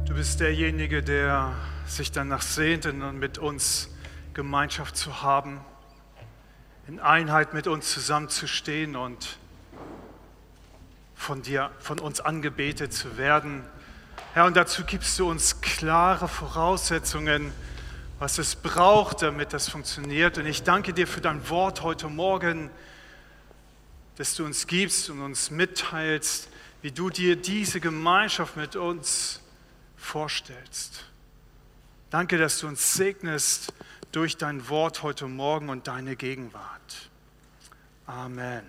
Du bist derjenige, der sich danach sehnt, mit uns Gemeinschaft zu haben, in Einheit mit uns zusammenzustehen und von uns angebetet zu werden. Herr, und dazu gibst du uns klare Voraussetzungen, was es braucht, damit das funktioniert. Und ich danke dir für dein Wort heute Morgen, das du uns gibst und uns mitteilst, wie du dir diese Gemeinschaft mit uns vorstellst. Danke, dass du uns segnest durch dein Wort heute Morgen und deine Gegenwart. Amen.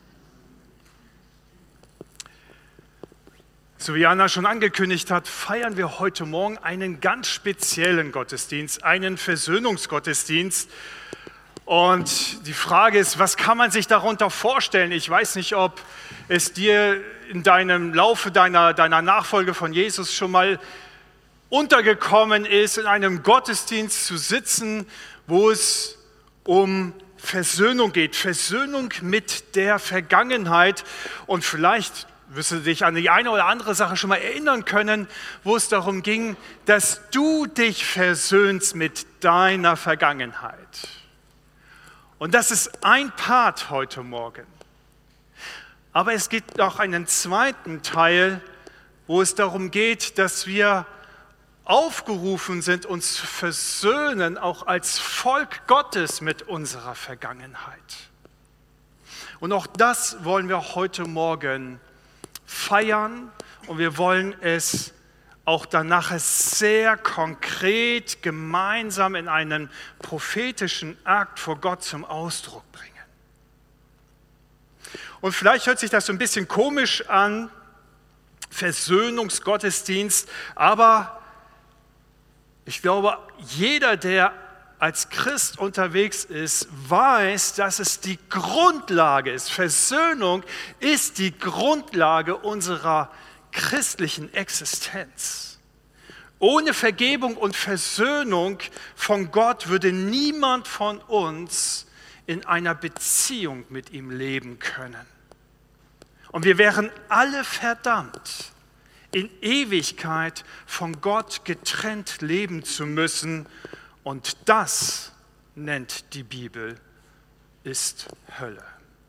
So wie Anna schon angekündigt hat, feiern wir heute Morgen einen ganz speziellen Gottesdienst, einen Versöhnungsgottesdienst. Und die Frage ist, was kann man sich darunter vorstellen? Ich weiß nicht, ob es dir in deinem Laufe deiner Nachfolge von Jesus schon mal untergekommen ist, in einem Gottesdienst zu sitzen, wo es um Versöhnung geht, Versöhnung mit der Vergangenheit. Und vielleicht wirst du dich an die eine oder andere Sache schon mal erinnern können, wo es darum ging, dass du dich versöhnst mit deiner Vergangenheit. Und das ist ein Part heute Morgen. Aber es gibt noch einen zweiten Teil, wo es darum geht, dass wir aufgerufen sind, uns zu versöhnen, auch als Volk Gottes mit unserer Vergangenheit. Und auch das wollen wir heute Morgen feiern und wir wollen es auch danach sehr konkret gemeinsam in einen prophetischen Akt vor Gott zum Ausdruck bringen. Und vielleicht hört sich das so ein bisschen komisch an, Versöhnungsgottesdienst, aber ich glaube, jeder, der als Christ unterwegs ist, weiß, dass es die Grundlage ist. Versöhnung ist die Grundlage unserer christlichen Existenz. Ohne Vergebung und Versöhnung von Gott würde niemand von uns in einer Beziehung mit ihm leben können. Und wir wären alle verdammt, in Ewigkeit von Gott getrennt leben zu müssen. Und das nennt die Bibel, ist Hölle.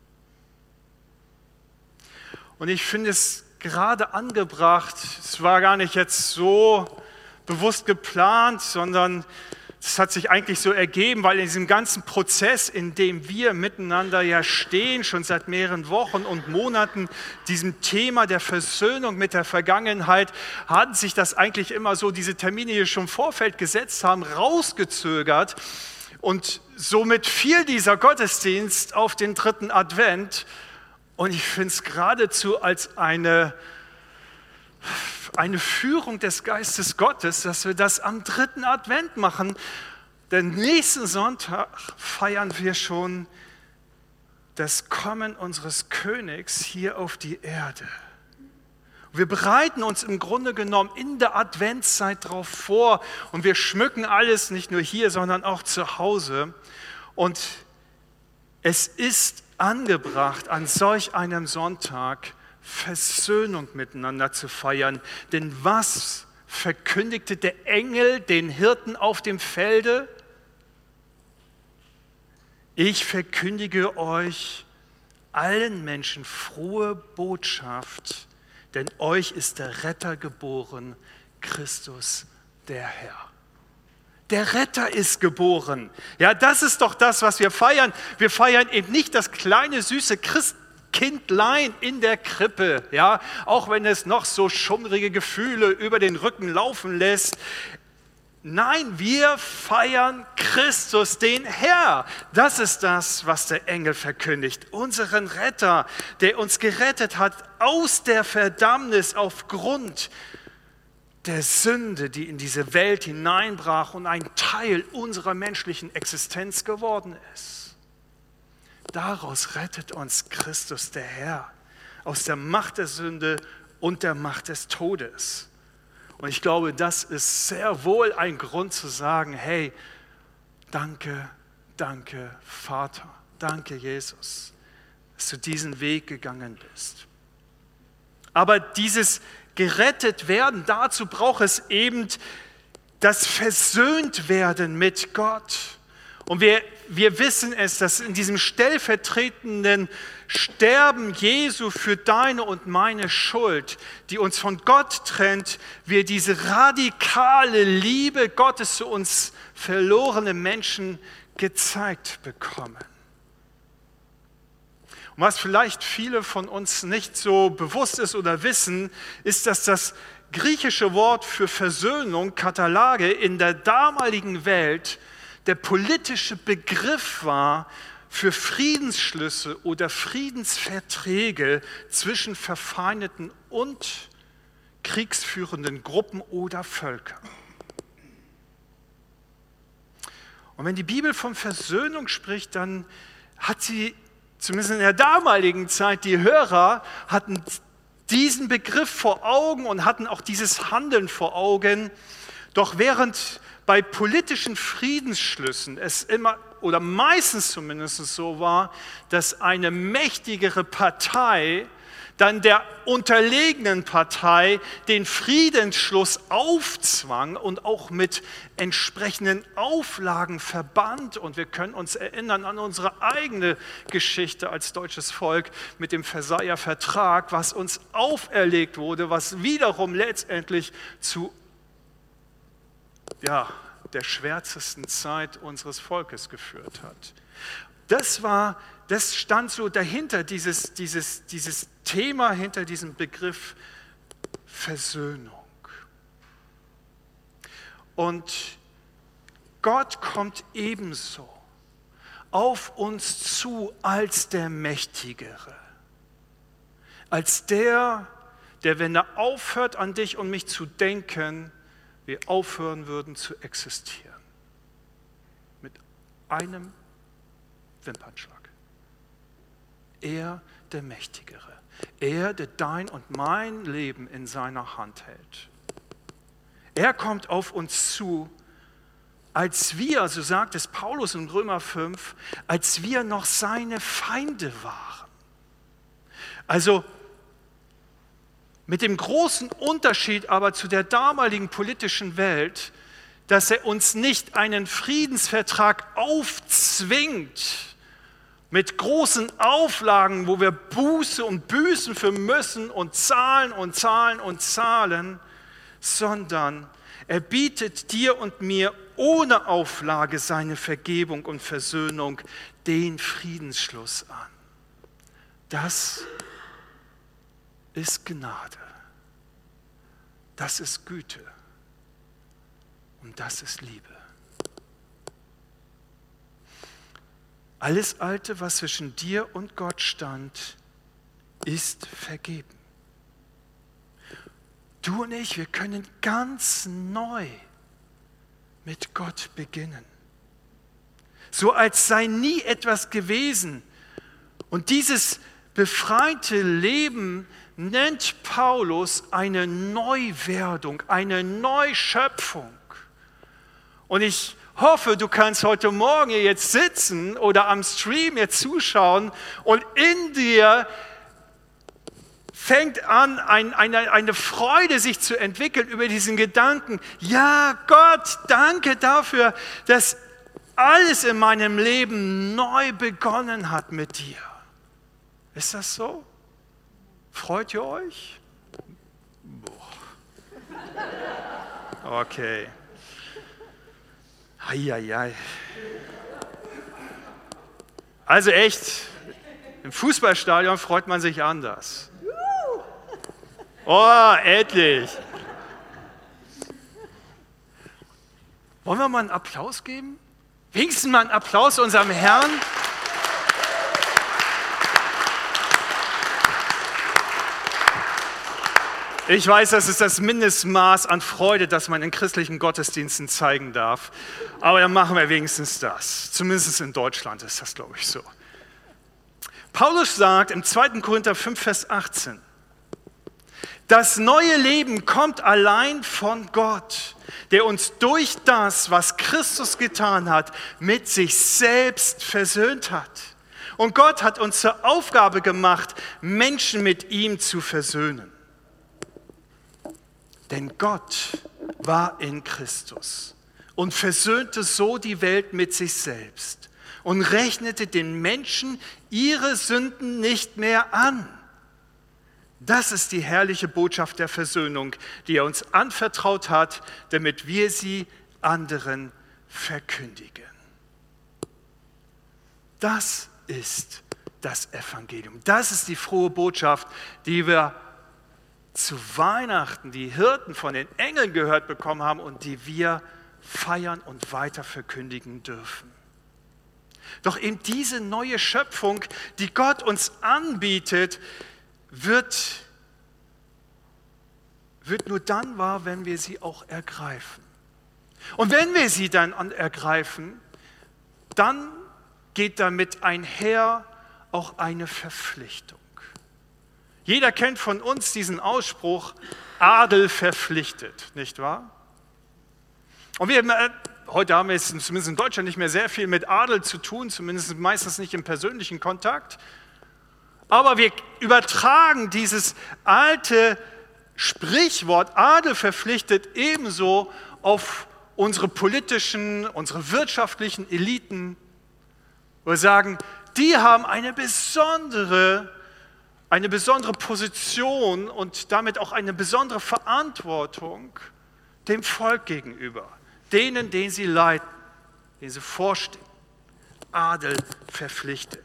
Und ich finde es gerade angebracht, es war gar nicht jetzt so bewusst geplant, sondern es hat sich eigentlich so ergeben, weil in diesem ganzen Prozess, in dem wir miteinander ja stehen, schon seit mehreren Wochen und Monaten, diesem Thema der Versöhnung mit der Vergangenheit, hatten sich das eigentlich immer so, diese Termine, die wir schon im Vorfeld gesetzt haben, rausgezögert. Und somit fiel dieser Gottesdienst auf den 3. Advent. Und ich finde es geradezu als eine Führung des Geistes Gottes, dass wir das am 3. Advent machen. Denn nächsten Sonntag feiern wir schon das Kommen unseres Königs hier auf die Erde. Wir bereiten uns im Grunde genommen in der Adventszeit darauf vor und wir schmücken alles, nicht nur hier, sondern auch zu Hause. Und es ist angebracht, an solch einem Sonntag Versöhnung miteinander zu feiern. Denn was verkündigte der Engel den Hirten auf dem Felde? Ich verkündige euch allen Menschen frohe Botschaft, denn euch ist der Retter geboren, Christus der Herr. Der Retter ist geboren. Ja, das ist doch das, was wir feiern. Wir feiern eben nicht das kleine, süße Kindlein in der Krippe, ja, auch wenn es noch so schummrige Gefühle über den Rücken laufen lässt. Nein, wir feiern Christus, den Herr. Das ist das, was der Engel verkündigt. Unseren Retter, der uns gerettet hat aus der Verdammnis aufgrund der Sünde, die in diese Welt hineinbrach und ein Teil unserer menschlichen Existenz geworden ist. Daraus rettet uns Christus, der Herr, aus der Macht der Sünde und der Macht des Todes. Und ich glaube, das ist sehr wohl ein Grund zu sagen, hey, danke, danke Vater, danke Jesus, dass du diesen Weg gegangen bist. Aber dieses gerettet werden, dazu braucht es eben das Versöhntwerden mit Gott. Und wir wissen es, dass in diesem stellvertretenden Sterben Jesu für deine und meine Schuld, die uns von Gott trennt, wir diese radikale Liebe Gottes zu uns verlorenen Menschen gezeigt bekommen. Und was vielleicht viele von uns nicht so bewusst ist oder wissen, ist, dass das griechische Wort für Versöhnung, Katalage, in der damaligen Welt der politische Begriff war für Friedensschlüsse oder Friedensverträge zwischen verfeindeten und kriegsführenden Gruppen oder Völkern. Und wenn die Bibel von Versöhnung spricht, dann hat sie, zumindest in der damaligen Zeit, die Hörer hatten diesen Begriff vor Augen und hatten auch dieses Handeln vor Augen. Doch während bei politischen Friedensschlüssen es immer oder meistens zumindest so war, dass eine mächtigere Partei dann der unterlegenen Partei den Friedensschluss aufzwang und auch mit entsprechenden Auflagen verband. Und wir können uns erinnern an unsere eigene Geschichte als deutsches Volk mit dem Versailler Vertrag, was uns auferlegt wurde, was wiederum letztendlich zu der schwärzesten Zeit unseres Volkes geführt hat. Das stand so dahinter, dieses Thema hinter diesem Begriff Versöhnung. Und Gott kommt ebenso auf uns zu als der Mächtigere, als der, wenn er aufhört an dich und mich zu denken, wir aufhören würden zu existieren. Mit einem Wimpernschlag. Er, der Mächtigere. Er, der dein und mein Leben in seiner Hand hält. Er kommt auf uns zu, als wir, so sagt es Paulus in Römer 5, als wir noch seine Feinde waren. Also mit dem großen Unterschied aber zu der damaligen politischen Welt, dass er uns nicht einen Friedensvertrag aufzwingt mit großen Auflagen, wo wir Buße und büßen für müssen und zahlen und zahlen und zahlen, sondern er bietet dir und mir ohne Auflage seine Vergebung und Versöhnung, den Friedensschluss an. Das ist Gnade. Das ist Güte. Und das ist Liebe. Alles Alte, was zwischen dir und Gott stand, ist vergeben. Du und ich, wir können ganz neu mit Gott beginnen. So als sei nie etwas gewesen. Und dieses befreite Leben nennt Paulus eine Neuwerdung, eine Neuschöpfung. Und ich hoffe, du kannst heute Morgen hier jetzt sitzen oder am Stream jetzt zuschauen und in dir fängt an, eine Freude sich zu entwickeln über diesen Gedanken. Ja, Gott, danke dafür, dass alles in meinem Leben neu begonnen hat mit dir. Ist das so? Freut ihr euch? Boah. Okay. Eieiei. Also echt, im Fußballstadion freut man sich anders. Oh, endlich. Wollen wir mal einen Applaus geben? Wenigstens mal einen Applaus unserem Herrn. Ich weiß, das ist das Mindestmaß an Freude, das man in christlichen Gottesdiensten zeigen darf. Aber dann machen wir wenigstens das. Zumindest in Deutschland ist das, glaube ich, so. Paulus sagt im 2. Korinther 5, Vers 18, das neue Leben kommt allein von Gott, der uns durch das, was Christus getan hat, mit sich selbst versöhnt hat. Und Gott hat uns zur Aufgabe gemacht, Menschen mit ihm zu versöhnen. Denn Gott war in Christus und versöhnte so die Welt mit sich selbst und rechnete den Menschen ihre Sünden nicht mehr an. Das ist die herrliche Botschaft der Versöhnung, die er uns anvertraut hat, damit wir sie anderen verkündigen. Das ist das Evangelium. Das ist die frohe Botschaft, die wir zu Weihnachten, die Hirten von den Engeln gehört bekommen haben und die wir feiern und weiter verkündigen dürfen. Doch eben diese neue Schöpfung, die Gott uns anbietet, wird nur dann wahr, wenn wir sie auch ergreifen. Und wenn wir sie dann ergreifen, dann geht damit einher auch eine Verpflichtung. Jeder kennt von uns diesen Ausspruch, Adel verpflichtet, nicht wahr? Und heute haben wir es zumindest in Deutschland nicht mehr sehr viel mit Adel zu tun, zumindest meistens nicht im persönlichen Kontakt. Aber wir übertragen dieses alte Sprichwort, Adel verpflichtet, ebenso auf unsere politischen, unsere wirtschaftlichen Eliten. Wir sagen, die haben eine besondere Position und damit auch eine besondere Verantwortung dem Volk gegenüber, denen sie leiten, denen sie vorstehen. Adel verpflichtet.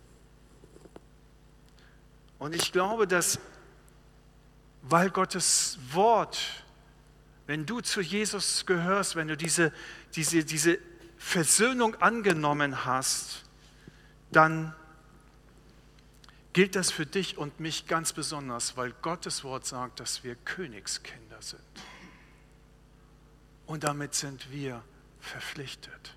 Und ich glaube, dass, weil Gottes Wort, wenn du zu Jesus gehörst, wenn du diese Versöhnung angenommen hast, dann gilt das für dich und mich ganz besonders, weil Gottes Wort sagt, dass wir Königskinder sind. Und damit sind wir verpflichtet.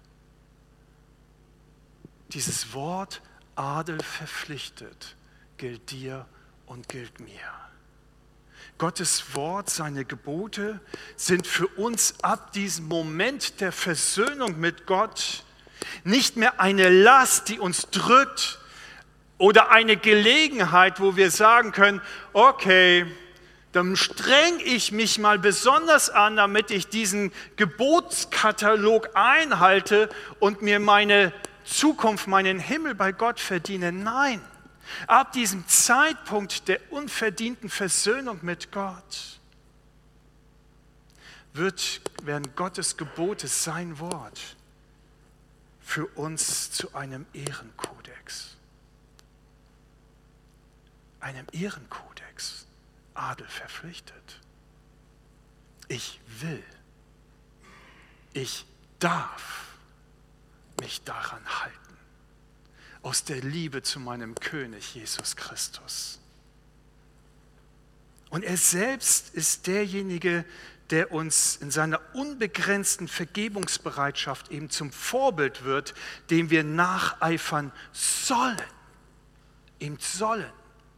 Dieses Wort Adel verpflichtet gilt dir und gilt mir. Gottes Wort, seine Gebote sind für uns ab diesem Moment der Versöhnung mit Gott nicht mehr eine Last, die uns drückt oder eine Gelegenheit, wo wir sagen können, okay, dann streng ich mich mal besonders an, damit ich diesen Gebotskatalog einhalte und mir meine Zukunft, meinen Himmel bei Gott verdiene. Nein. Ab diesem Zeitpunkt der unverdienten Versöhnung mit Gott werden Gottes Gebote, sein Wort, für uns zu einem Ehrenkodex. Einem Ehrenkodex. Adel verpflichtet. Ich will, ich darf mich daran halten. Aus der Liebe zu meinem König Jesus Christus. Und er selbst ist derjenige, der uns in seiner unbegrenzten Vergebungsbereitschaft eben zum Vorbild wird, dem wir nacheifern sollen. Ihm sollen.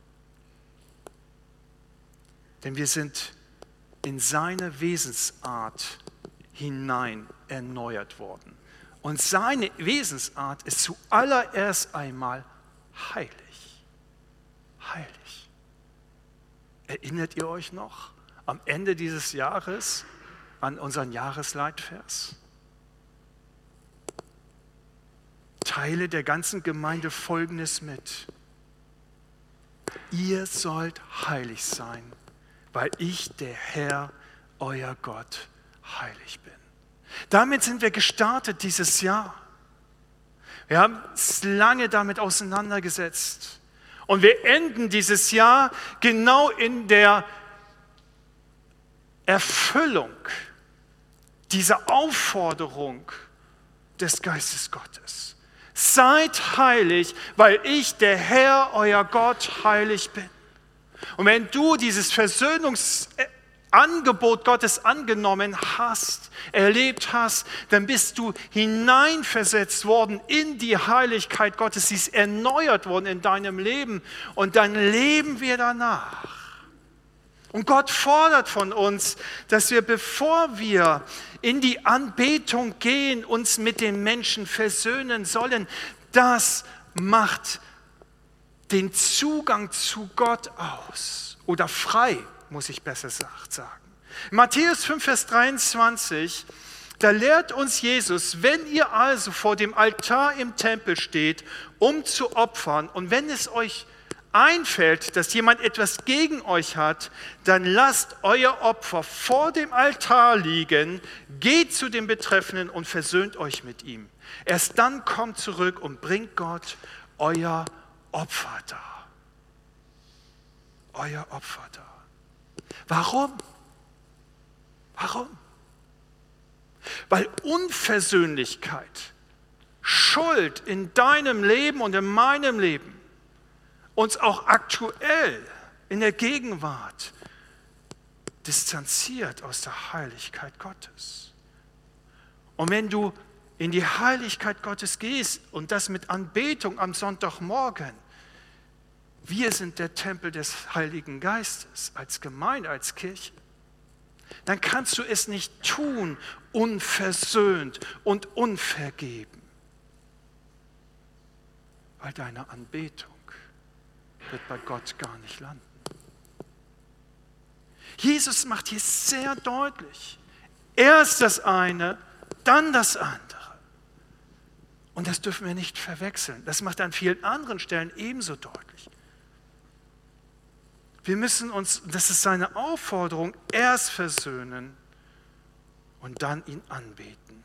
Denn wir sind in seine Wesensart hinein erneuert worden. Und seine Wesensart ist zuallererst einmal heilig. Heilig. Erinnert ihr euch noch am Ende dieses Jahres an unseren Jahresleitvers? Teile der ganzen Gemeinde Folgendes mit. Ihr sollt heilig sein, weil ich, der Herr, euer Gott, heilig bin. Damit sind wir gestartet dieses Jahr. Wir haben uns lange damit auseinandergesetzt. Und wir enden dieses Jahr genau in der Erfüllung dieser Aufforderung des Geistes Gottes. Seid heilig, weil ich, der Herr, euer Gott, heilig bin. Und wenn du dieses Versöhnungsangebot Gottes angenommen hast, erlebt hast, dann bist du hineinversetzt worden in die Heiligkeit Gottes. Sie ist erneuert worden in deinem Leben und dann leben wir danach. Und Gott fordert von uns, dass wir, bevor wir in die Anbetung gehen, uns mit den Menschen versöhnen sollen. Das macht den Zugang zu Gott aus oder frei, muss ich besser sagen. In Matthäus 5, Vers 23, da lehrt uns Jesus, wenn ihr also vor dem Altar im Tempel steht, um zu opfern, und wenn es euch einfällt, dass jemand etwas gegen euch hat, dann lasst euer Opfer vor dem Altar liegen, geht zu dem Betreffenden und versöhnt euch mit ihm. Erst dann kommt zurück und bringt Gott euer Opfer dar. Euer Opfer dar. Warum? Warum? Weil Unversöhnlichkeit, Schuld in deinem Leben und in meinem Leben uns auch aktuell in der Gegenwart distanziert aus der Heiligkeit Gottes. Und wenn du in die Heiligkeit Gottes gehst und das mit Anbetung am Sonntagmorgen, wir sind der Tempel des Heiligen Geistes als Gemeinde, als Kirche, dann kannst du es nicht tun, unversöhnt und unvergeben. Weil deine Anbetung wird bei Gott gar nicht landen. Jesus macht hier sehr deutlich, erst das eine, dann das andere. Und das dürfen wir nicht verwechseln. Das macht an vielen anderen Stellen ebenso deutlich. Wir müssen uns, das ist seine Aufforderung, erst versöhnen und dann ihn anbeten.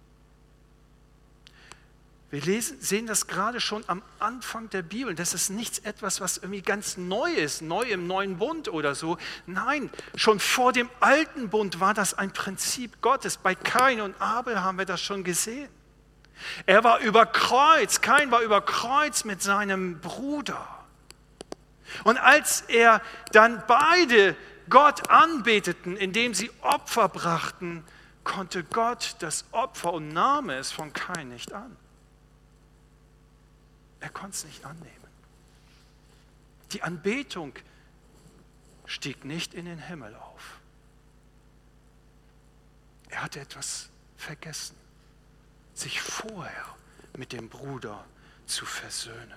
Wir sehen das gerade schon am Anfang der Bibel. Das ist nichts etwas, was irgendwie ganz neu ist, neu im neuen Bund oder so. Nein, schon vor dem alten Bund war das ein Prinzip Gottes. Bei Kain und Abel haben wir das schon gesehen. Er war über Kreuz, Kain war über Kreuz mit seinem Bruder. Und als er dann beide Gott anbeteten, indem sie Opfer brachten, konnte Gott das Opfer und nahm es von Kain nicht an. Er konnte es nicht annehmen. Die Anbetung stieg nicht in den Himmel auf. Er hatte etwas vergessen, sich vorher mit dem Bruder zu versöhnen.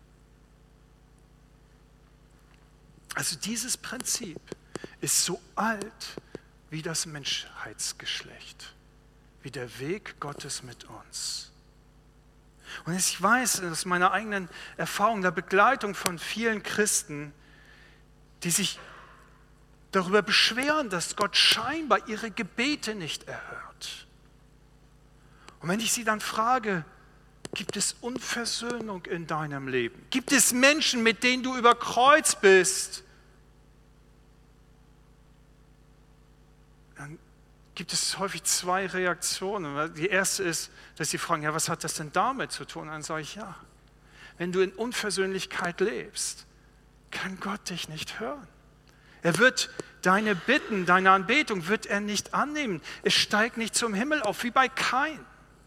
Also dieses Prinzip ist so alt wie das Menschheitsgeschlecht, wie der Weg Gottes mit uns. Und ich weiß aus meiner eigenen Erfahrung, der Begleitung von vielen Christen, die sich darüber beschweren, dass Gott scheinbar ihre Gebete nicht erhört. Und wenn ich sie dann frage, gibt es Unversöhnung in deinem Leben? Gibt es Menschen, mit denen du über Kreuz bist? Dann gibt es häufig zwei Reaktionen. Die erste ist, dass sie fragen, ja, was hat das denn damit zu tun? Und dann sage ich, ja, wenn du in Unversöhnlichkeit lebst, kann Gott dich nicht hören. Er wird deine Bitten, deine Anbetung wird er nicht annehmen. Es steigt nicht zum Himmel auf, wie bei Kain.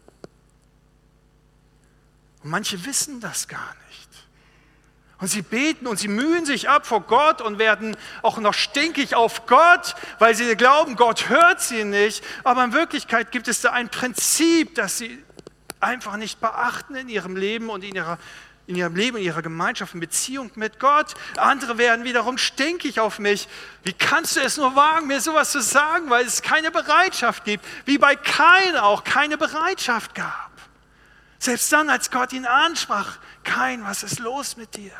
Und manche wissen das gar nicht. Und sie beten und sie mühen sich ab vor Gott und werden auch noch stinkig auf Gott, weil sie glauben, Gott hört sie nicht. Aber in Wirklichkeit gibt es da ein Prinzip, das sie einfach nicht beachten in ihrem Leben und in ihrer Gemeinschaft, in Beziehung mit Gott. Andere werden wiederum stinkig auf mich. Wie kannst du es nur wagen, mir sowas zu sagen, weil es keine Bereitschaft gibt, wie bei Kain auch keine Bereitschaft gab. Selbst dann, als Gott ihn ansprach, Kain, was ist los mit dir?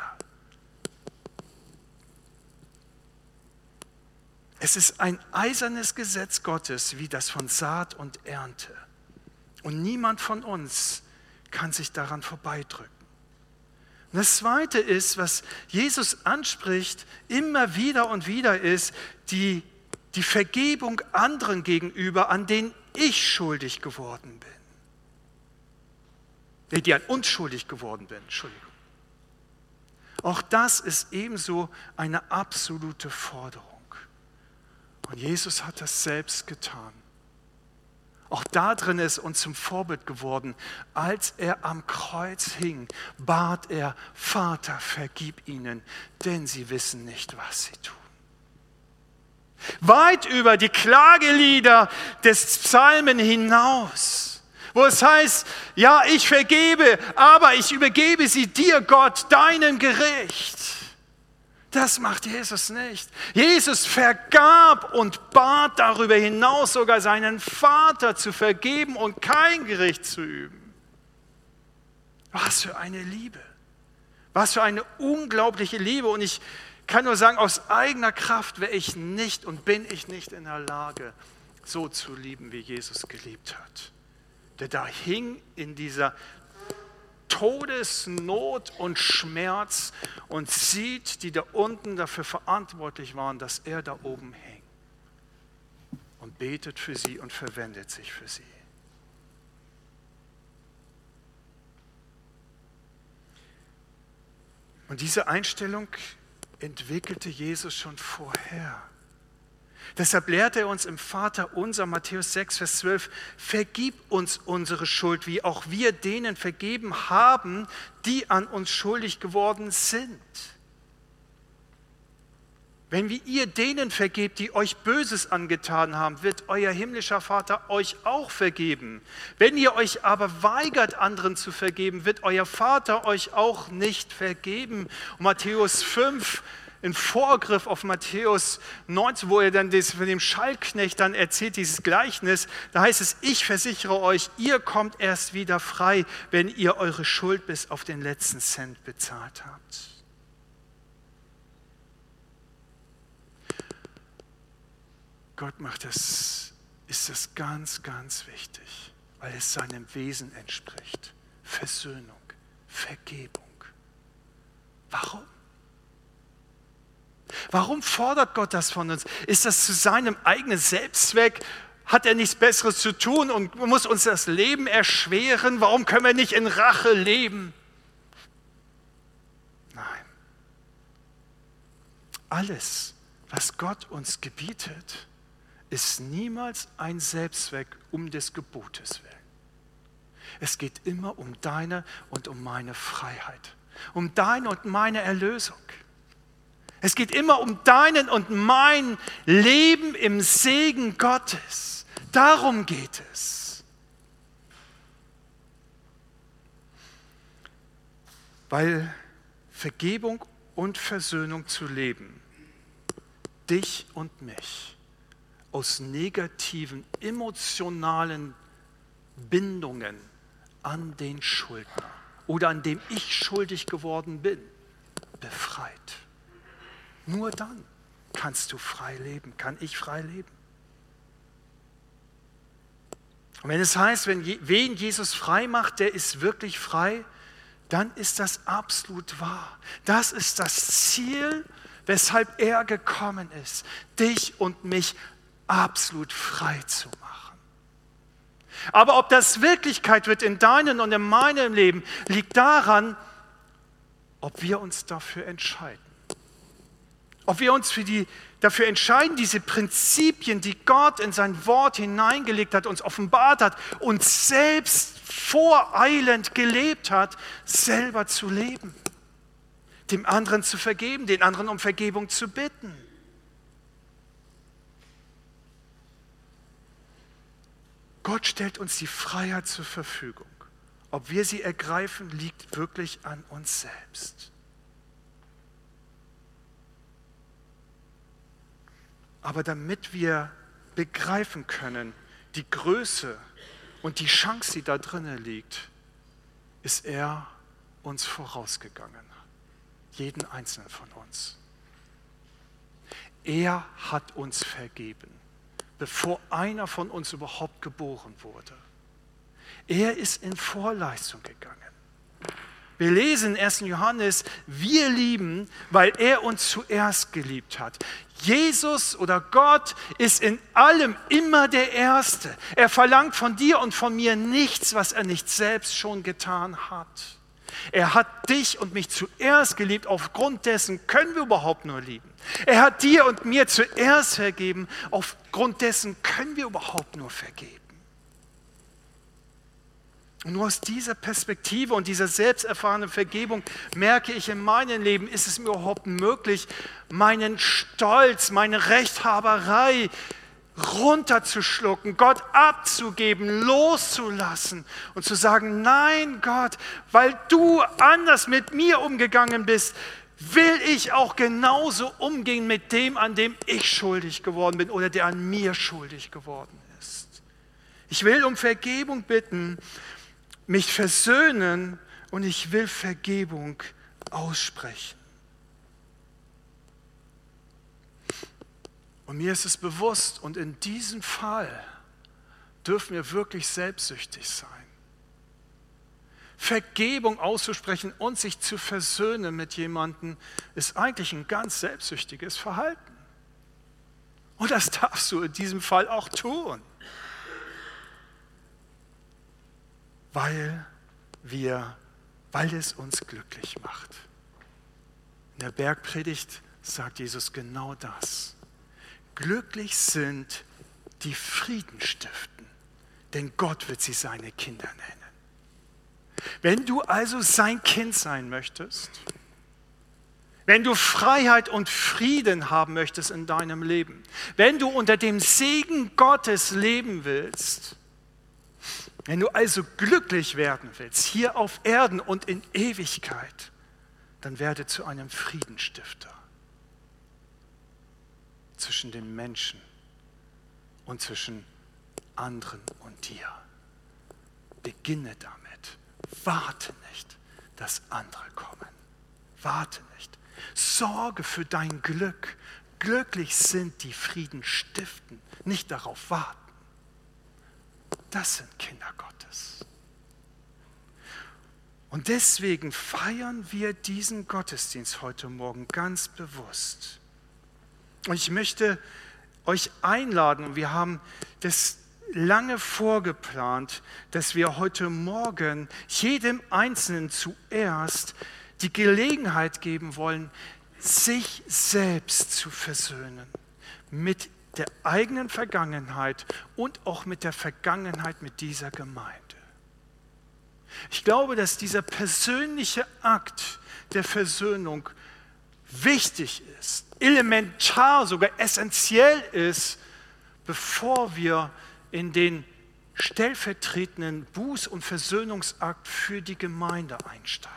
Es ist ein eisernes Gesetz Gottes, wie das von Saat und Ernte. Und niemand von uns kann sich daran vorbeidrücken. Und das Zweite ist, was Jesus anspricht, immer wieder und wieder ist, die Vergebung anderen gegenüber, an denen ich schuldig geworden bin. Die an uns schuldig geworden bin, Entschuldigung. Auch das ist ebenso eine absolute Forderung. Und Jesus hat das selbst getan. Auch da drin ist uns zum Vorbild geworden. Als er am Kreuz hing, bat er, Vater, vergib ihnen, denn sie wissen nicht, was sie tun. Weit über die Klagelieder des Psalmen hinaus, wo es heißt, ja, ich vergebe, aber ich übergebe sie dir, Gott, deinem Gericht. Das macht Jesus nicht. Jesus vergab und bat darüber hinaus sogar seinen Vater zu vergeben und kein Gericht zu üben. Was für eine Liebe. Was für eine unglaubliche Liebe. Und ich kann nur sagen, aus eigener Kraft wäre ich nicht und bin ich nicht in der Lage, so zu lieben, wie Jesus geliebt hat. Der da hing in dieser Todesnot und Schmerz und sieht, die da unten dafür verantwortlich waren, dass er da oben hing. Und betet für sie und verwendet sich für sie. Und diese Einstellung entwickelte Jesus schon vorher. Deshalb lehrt er uns im Vater unser, Matthäus 6, Vers 12, vergib uns unsere Schuld, wie auch wir denen vergeben haben, die an uns schuldig geworden sind. Wenn ihr denen vergebt, die euch Böses angetan haben, wird euer himmlischer Vater euch auch vergeben. Wenn ihr euch aber weigert, anderen zu vergeben, wird euer Vater euch auch nicht vergeben. Und Matthäus 5, in Vorgriff auf Matthäus 19, wo er dann von dem Schallknecht dann erzählt, dieses Gleichnis, da heißt es, ich versichere euch, ihr kommt erst wieder frei, wenn ihr eure Schuld bis auf den letzten Cent bezahlt habt. Gott macht das, ist das ganz, ganz wichtig, weil es seinem Wesen entspricht. Versöhnung, Vergebung. Warum? Warum fordert Gott das von uns? Ist das zu seinem eigenen Selbstzweck? Hat er nichts Besseres zu tun und muss uns das Leben erschweren? Warum können wir nicht in Rache leben? Nein. Alles, was Gott uns gebietet, ist niemals ein Selbstzweck um des Gebotes willen. Es geht immer um deine und um meine Freiheit, um deine und meine Erlösung. Es geht immer um deinen und mein Leben im Segen Gottes. Darum geht es. Weil Vergebung und Versöhnung zu leben, dich und mich aus negativen, emotionalen Bindungen an den Schuldner oder an dem ich schuldig geworden bin, befreit. Nur dann kannst du frei leben, kann ich frei leben. Und wenn es heißt, wen Jesus frei macht, der ist wirklich frei, dann ist das absolut wahr. Das ist das Ziel, weshalb er gekommen ist, dich und mich absolut frei zu machen. Aber ob das Wirklichkeit wird in deinem und in meinem Leben, liegt daran, ob wir uns dafür entscheiden. Ob wir uns dafür entscheiden, diese Prinzipien, die Gott in sein Wort hineingelegt hat, uns offenbart hat, uns selbst voreilend gelebt hat, selber zu leben. Dem anderen zu vergeben, den anderen um Vergebung zu bitten. Gott stellt uns die Freiheit zur Verfügung. Ob wir sie ergreifen, liegt wirklich an uns selbst. Aber damit wir begreifen können, die Größe und die Chance, die da drinnen liegt, ist er uns vorausgegangen. Jeden einzelnen von uns. Er hat uns vergeben, bevor einer von uns überhaupt geboren wurde. Er ist in Vorleistung gegangen. Wir lesen in 1. Johannes, wir lieben, weil er uns zuerst geliebt hat. Jesus oder Gott ist in allem immer der Erste. Er verlangt von dir und von mir nichts, was er nicht selbst schon getan hat. Er hat dich und mich zuerst geliebt, aufgrund dessen können wir überhaupt nur lieben. Er hat dir und mir zuerst vergeben, aufgrund dessen können wir überhaupt nur vergeben. Und nur aus dieser Perspektive und dieser selbsterfahrenen Vergebung merke ich in meinem Leben, ist es mir überhaupt möglich, meinen Stolz, meine Rechthaberei runterzuschlucken, Gott abzugeben, loszulassen und zu sagen, nein Gott, weil du anders mit mir umgegangen bist, will ich auch genauso umgehen mit dem, an dem ich schuldig geworden bin oder der an mir schuldig geworden ist. Ich will um Vergebung bitten, mich versöhnen und ich will Vergebung aussprechen. Und mir ist es bewusst, und in diesem Fall dürfen wir wirklich selbstsüchtig sein. Vergebung auszusprechen und sich zu versöhnen mit jemandem ist eigentlich ein ganz selbstsüchtiges Verhalten. Und das darfst du in diesem Fall auch tun. Weil es uns glücklich macht. In der Bergpredigt sagt Jesus genau das. Glücklich sind die Frieden stiften, denn Gott wird sie seine Kinder nennen. Wenn du also sein Kind sein möchtest, wenn du Freiheit und Frieden haben möchtest in deinem Leben, wenn du unter dem Segen Gottes leben willst, wenn du also glücklich werden willst, hier auf Erden und in Ewigkeit, dann werde zu einem Friedensstifter zwischen den Menschen und zwischen anderen und dir. Beginne damit. Warte nicht, dass andere kommen. Warte nicht. Sorge für dein Glück. Glücklich sind die Frieden stiften, nicht darauf warten. Das sind Kinder Gottes. Und deswegen feiern wir diesen Gottesdienst heute Morgen ganz bewusst. Und ich möchte euch einladen, und wir haben das lange vorgeplant, dass wir heute Morgen jedem Einzelnen zuerst die Gelegenheit geben wollen, sich selbst zu versöhnen mit der eigenen Vergangenheit und auch mit der Vergangenheit mit dieser Gemeinde. Ich glaube, dass dieser persönliche Akt der Versöhnung wichtig ist, elementar, sogar essentiell ist, bevor wir in den stellvertretenden Buß- und Versöhnungsakt für die Gemeinde einsteigen.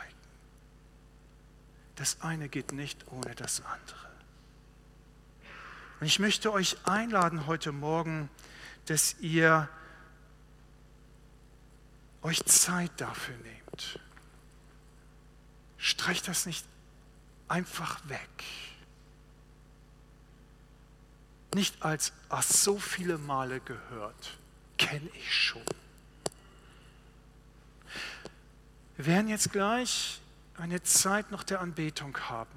Das eine geht nicht ohne das andere. Und ich möchte euch einladen heute Morgen, dass ihr euch Zeit dafür nehmt. Streicht das nicht einfach weg. Nicht als, ach, so viele Male gehört, kenne ich schon. Wir werden jetzt gleich eine Zeit noch der Anbetung haben.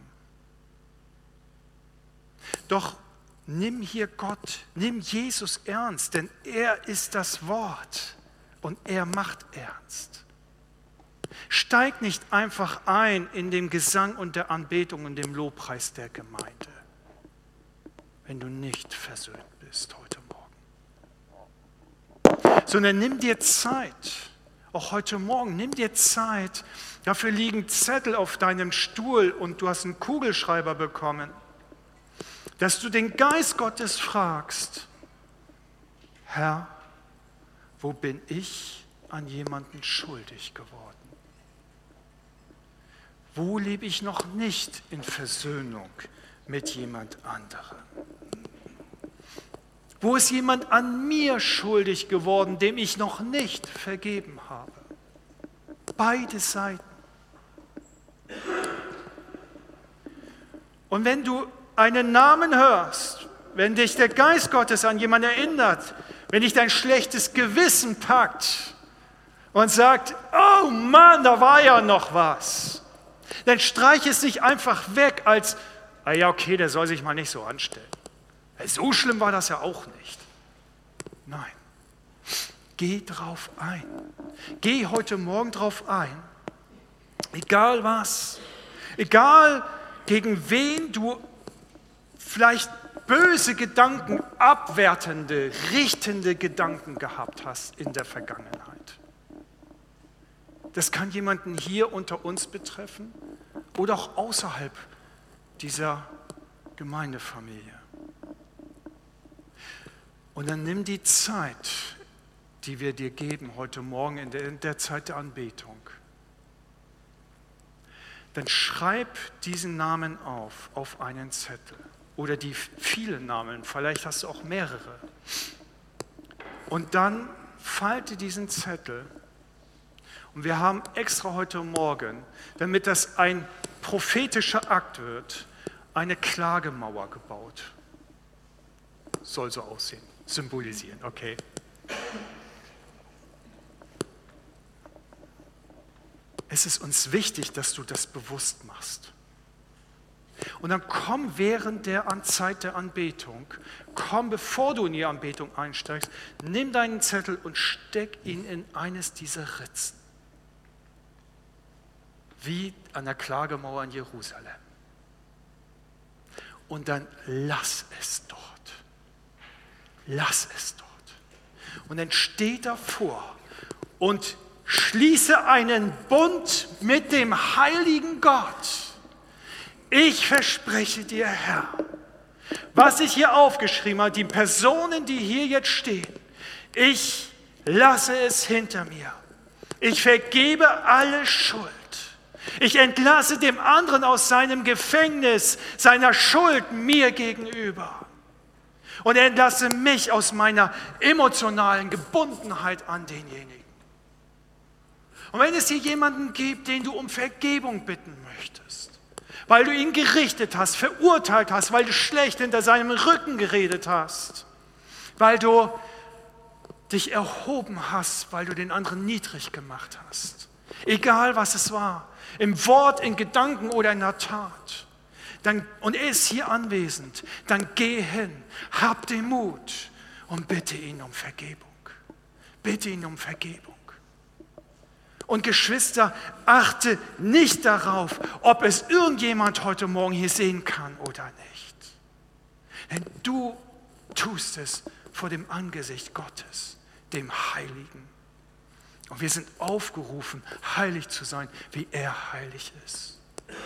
Doch nimm hier Gott, nimm Jesus ernst, denn er ist das Wort und er macht ernst. Steig nicht einfach ein in den Gesang und der Anbetung und dem Lobpreis der Gemeinde, wenn du nicht versöhnt bist heute Morgen. Sondern nimm dir Zeit, auch heute Morgen, nimm dir Zeit. Dafür liegen Zettel auf deinem Stuhl und du hast einen Kugelschreiber bekommen, dass du den Geist Gottes fragst, Herr, wo bin ich an jemanden schuldig geworden? Wo lebe ich noch nicht in Versöhnung mit jemand anderem? Wo ist jemand an mir schuldig geworden, dem ich noch nicht vergeben habe? Beide Seiten. Und wenn du einen Namen hörst, wenn dich der Geist Gottes an jemanden erinnert, wenn dich dein schlechtes Gewissen packt und sagt, oh Mann, da war ja noch was, dann streich es nicht einfach weg als, ah ja, okay, der soll sich mal nicht so anstellen. So schlimm war das ja auch nicht. Nein, geh drauf ein. Geh heute Morgen drauf ein. Egal was, egal gegen wen du vielleicht böse Gedanken, abwertende, richtende Gedanken gehabt hast in der Vergangenheit. Das kann jemanden hier unter uns betreffen oder auch außerhalb dieser Gemeindefamilie. Und dann nimm die Zeit, die wir dir geben heute Morgen in der Zeit der Anbetung, dann schreib diesen Namen auf einen Zettel oder die vielen Namen, vielleicht hast du auch mehrere. Und dann falte diesen Zettel. Und wir haben extra heute Morgen, damit das ein prophetischer Akt wird, eine Klagemauer gebaut. Soll so aussehen, symbolisieren, okay. Es ist uns wichtig, dass du das bewusst machst. Und dann komm während der Zeit der Anbetung, komm, bevor du in die Anbetung einsteigst, nimm deinen Zettel und steck ihn in eines dieser Ritzen. Wie an der Klagemauer in Jerusalem. Und dann lass es dort. Lass es dort. Und dann steh davor und schließe einen Bund mit dem heiligen Gott. Ich verspreche dir, Herr, was ich hier aufgeschrieben habe, die Personen, die hier jetzt stehen, ich lasse es hinter mir. Ich vergebe alle Schuld. Ich entlasse dem anderen aus seinem Gefängnis, seiner Schuld mir gegenüber. Und entlasse mich aus meiner emotionalen Gebundenheit an denjenigen. Und wenn es hier jemanden gibt, den du um Vergebung bitten möchtest, weil du ihn gerichtet hast, verurteilt hast, weil du schlecht hinter seinem Rücken geredet hast, weil du dich erhoben hast, weil du den anderen niedrig gemacht hast, egal was es war, im Wort, in Gedanken oder in der Tat, und er ist hier anwesend, dann geh hin, hab den Mut und bitte ihn um Vergebung. Bitte ihn um Vergebung. Und Geschwister, achte nicht darauf, ob es irgendjemand heute Morgen hier sehen kann oder nicht. Denn du tust es vor dem Angesicht Gottes, dem Heiligen. Und wir sind aufgerufen, heilig zu sein, wie er heilig ist.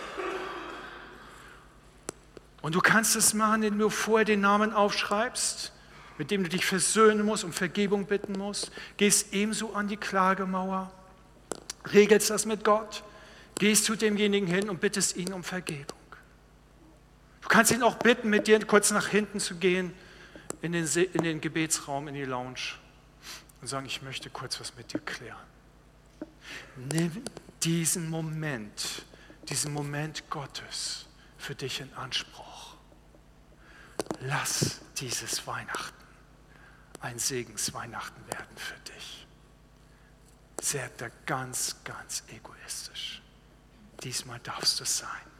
Und du kannst es machen, indem du vorher den Namen aufschreibst, mit dem du dich versöhnen musst, um Vergebung bitten musst. Gehst ebenso an die Klagemauer, regelst das mit Gott, gehst zu demjenigen hin und bittest ihn um Vergebung. Du kannst ihn auch bitten, mit dir kurz nach hinten zu gehen, in den Gebetsraum, in die Lounge und sagen, ich möchte kurz was mit dir klären. Nimm diesen Moment Gottes für dich in Anspruch. Lass dieses Weihnachten ein Segensweihnachten werden für dich. Sehr ganz, ganz egoistisch. Diesmal darfst du es sein.